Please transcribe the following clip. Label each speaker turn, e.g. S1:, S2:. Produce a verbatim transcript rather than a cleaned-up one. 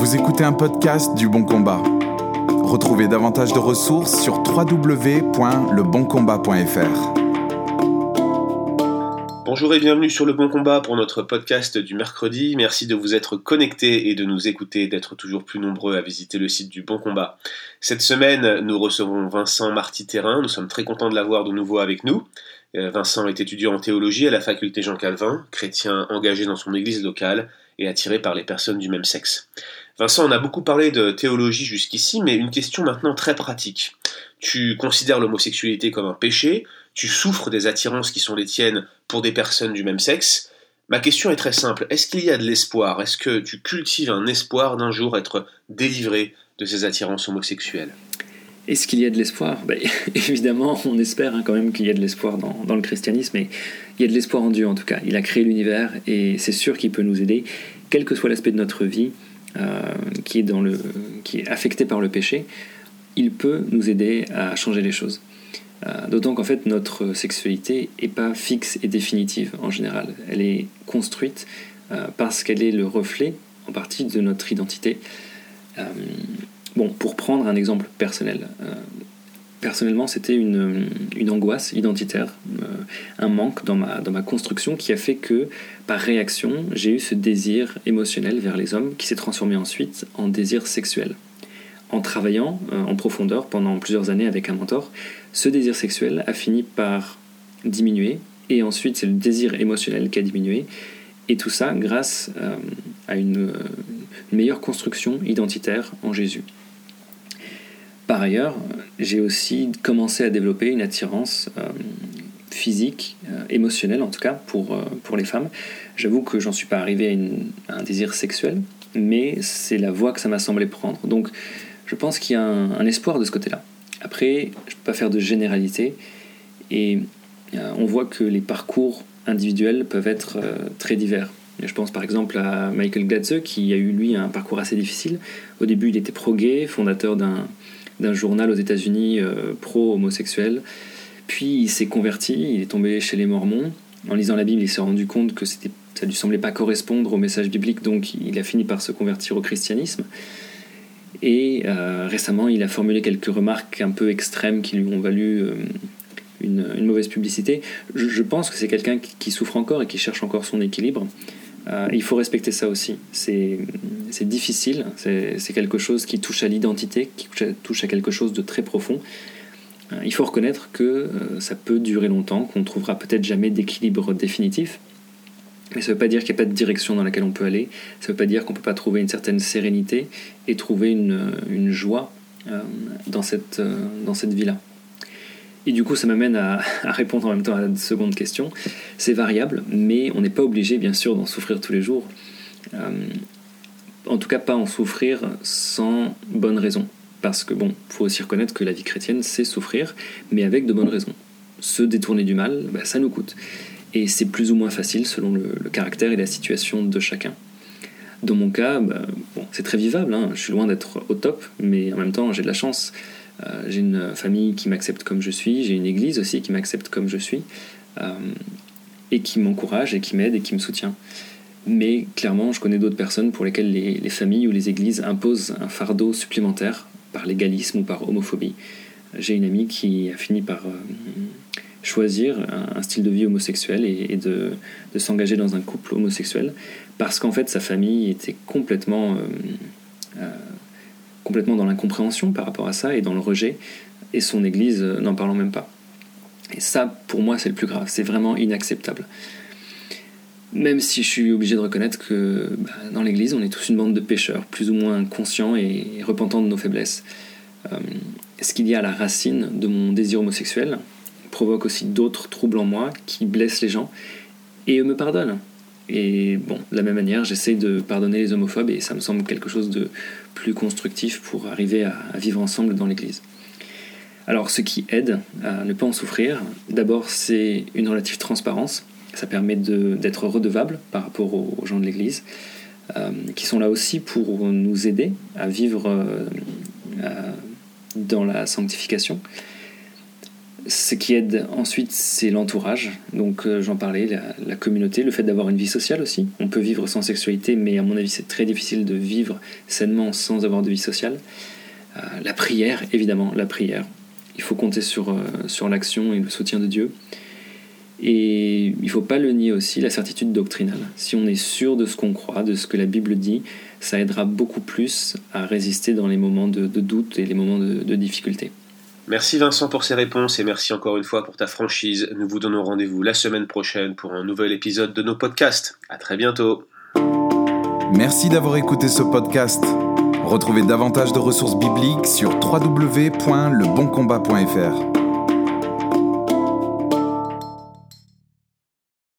S1: Vous écoutez un podcast du Bon Combat. Retrouvez davantage de ressources sur w w w point le bon combat point f r.
S2: Bonjour et bienvenue sur Le Bon Combat pour notre podcast du mercredi. Merci de vous être connectés et de nous écouter, d'être toujours plus nombreux à visiter le site du Bon Combat. Cette semaine, nous recevons Vincent Marty-Thérin. Nous sommes très contents de l'avoir de nouveau avec nous. Vincent est étudiant en théologie à la faculté Jean Calvin, chrétien engagé dans son église locale et attiré par les personnes du même sexe. Vincent, on a beaucoup parlé de théologie jusqu'ici, mais une question maintenant très pratique. Tu considères l'homosexualité comme un péché, tu souffres des attirances qui sont les tiennes pour des personnes du même sexe. Ma question est très simple, est-ce qu'il y a de l'espoir ? Est-ce que tu cultives un espoir d'un jour être délivré de ces attirances homosexuelles ?
S3: Est-ce qu'il y a de l'espoir ? Ben, évidemment, on espère hein, quand même qu'il y a de l'espoir dans, dans le christianisme, mais il y a de l'espoir en Dieu en tout cas. Il a créé l'univers et c'est sûr qu'il peut nous aider, quel que soit l'aspect de notre vie euh, qui est dans le, qui est affecté par le péché. Il peut nous aider à changer les choses. Euh, d'autant qu'en fait, notre sexualité n'est pas fixe et définitive en général. Elle est construite euh, parce qu'elle est le reflet, en partie, de notre identité. Euh, bon, pour prendre un exemple personnel. Euh, personnellement, c'était une, une angoisse identitaire, euh, un manque dans ma, dans ma construction qui a fait que, par réaction, j'ai eu ce désir émotionnel vers les hommes qui s'est transformé ensuite en désir sexuel. En travaillant euh, en profondeur pendant plusieurs années avec un mentor, ce désir sexuel a fini par diminuer et ensuite c'est le désir émotionnel qui a diminué et tout ça grâce euh, à une, une meilleure construction identitaire en Jésus. Par ailleurs, j'ai aussi commencé à développer une attirance euh, physique, euh, émotionnelle en tout cas pour, euh, pour les femmes. J'avoue que j'en suis pas arrivé à, une, à un désir sexuel, mais c'est la voie que ça m'a semblé prendre. Donc je pense qu'il y a un, un espoir de ce côté-là. Après, je ne peux pas faire de généralité, et euh, on voit que les parcours individuels peuvent être euh, très divers. Et je pense par exemple à Michael Glatze, qui a eu lui un parcours assez difficile. Au début, il était pro-gay, fondateur d'un, d'un journal aux États-Unis euh, pro-homosexuel. Puis il s'est converti, il est tombé chez les Mormons. En lisant la Bible, il s'est rendu compte que c'était, ça ne lui semblait pas correspondre au message biblique, donc il a fini par se convertir au christianisme. Et euh, récemment, il a formulé quelques remarques un peu extrêmes qui lui ont valu euh, une, une mauvaise publicité. Je, je pense que c'est quelqu'un qui, qui souffre encore et qui cherche encore son équilibre. Euh, il faut respecter ça aussi. C'est, c'est difficile, c'est, c'est quelque chose qui touche à l'identité, qui touche à, touche à quelque chose de très profond. Euh, il faut reconnaître que euh, ça peut durer longtemps, qu'on ne trouvera peut-être jamais d'équilibre définitif. Mais ça ne veut pas dire qu'il n'y a pas de direction dans laquelle on peut aller, ça ne veut pas dire qu'on ne peut pas trouver une certaine sérénité et trouver une, une joie euh, dans cette, euh, dans cette vie-là. Et du coup, ça m'amène à, à répondre en même temps à la seconde question. C'est variable, mais on n'est pas obligé, bien sûr, d'en souffrir tous les jours. Euh, en tout cas, pas en souffrir sans bonne raison. Parce que, bon, il faut aussi reconnaître que la vie chrétienne, c'est souffrir, mais avec de bonnes raisons. Se détourner du mal, bah, ça nous coûte. Et c'est plus ou moins facile selon le, le caractère et la situation de chacun. Dans mon cas, bah, bon, c'est très vivable, hein. Je suis loin d'être au top, mais en même temps j'ai de la chance. Euh, j'ai une famille qui m'accepte comme je suis, j'ai une église aussi qui m'accepte comme je suis, euh, et qui m'encourage et qui m'aide et qui me soutient. Mais clairement, je connais d'autres personnes pour lesquelles les, les familles ou les églises imposent un fardeau supplémentaire par légalisme ou par homophobie. J'ai une amie qui a fini par euh, choisir un, un style de vie homosexuel et, et de, de s'engager dans un couple homosexuel parce qu'en fait sa famille était complètement, euh, euh, complètement dans l'incompréhension par rapport à ça et dans le rejet, et son église euh, n'en parlant même pas. Et ça, pour moi, c'est le plus grave, c'est vraiment inacceptable. Même si je suis obligé de reconnaître que bah, dans l'église, on est tous une bande de pécheurs, plus ou moins conscients et, et repentants de nos faiblesses. Euh, ce qu'il y a à la racine de mon désir homosexuel provoque aussi d'autres troubles en moi qui blessent les gens et eux me pardonnent. Et bon, de la même manière, j'essaie de pardonner les homophobes et ça me semble quelque chose de plus constructif pour arriver à, à vivre ensemble dans l'église. Alors, ce qui aide à ne pas en souffrir, d'abord, c'est une relative transparence. Ça permet de, d'être redevable par rapport aux, aux gens de l'église, euh, qui sont là aussi pour nous aider à vivre euh, euh, dans la sanctification. Ce qui aide ensuite, c'est l'entourage. Donc euh, j'en parlais, la, la communauté, le fait d'avoir une vie sociale aussi. On peut vivre sans sexualité, mais à mon avis, c'est très difficile de vivre sainement sans avoir de vie sociale. Euh, la prière, évidemment, la prière. Il faut compter sur, euh, sur l'action et le soutien de Dieu. Et il ne faut pas le nier aussi, la certitude doctrinale. Si on est sûr de ce qu'on croit, de ce que la Bible dit, ça aidera beaucoup plus à résister dans les moments de, de doute et les moments de, de difficulté.
S2: Merci Vincent pour ces réponses et merci encore une fois pour ta franchise. Nous vous donnons rendez-vous la semaine prochaine pour un nouvel épisode de nos podcasts. À très bientôt.
S1: Merci d'avoir écouté ce podcast. Retrouvez davantage de ressources bibliques sur w w w point le bon combat point f r.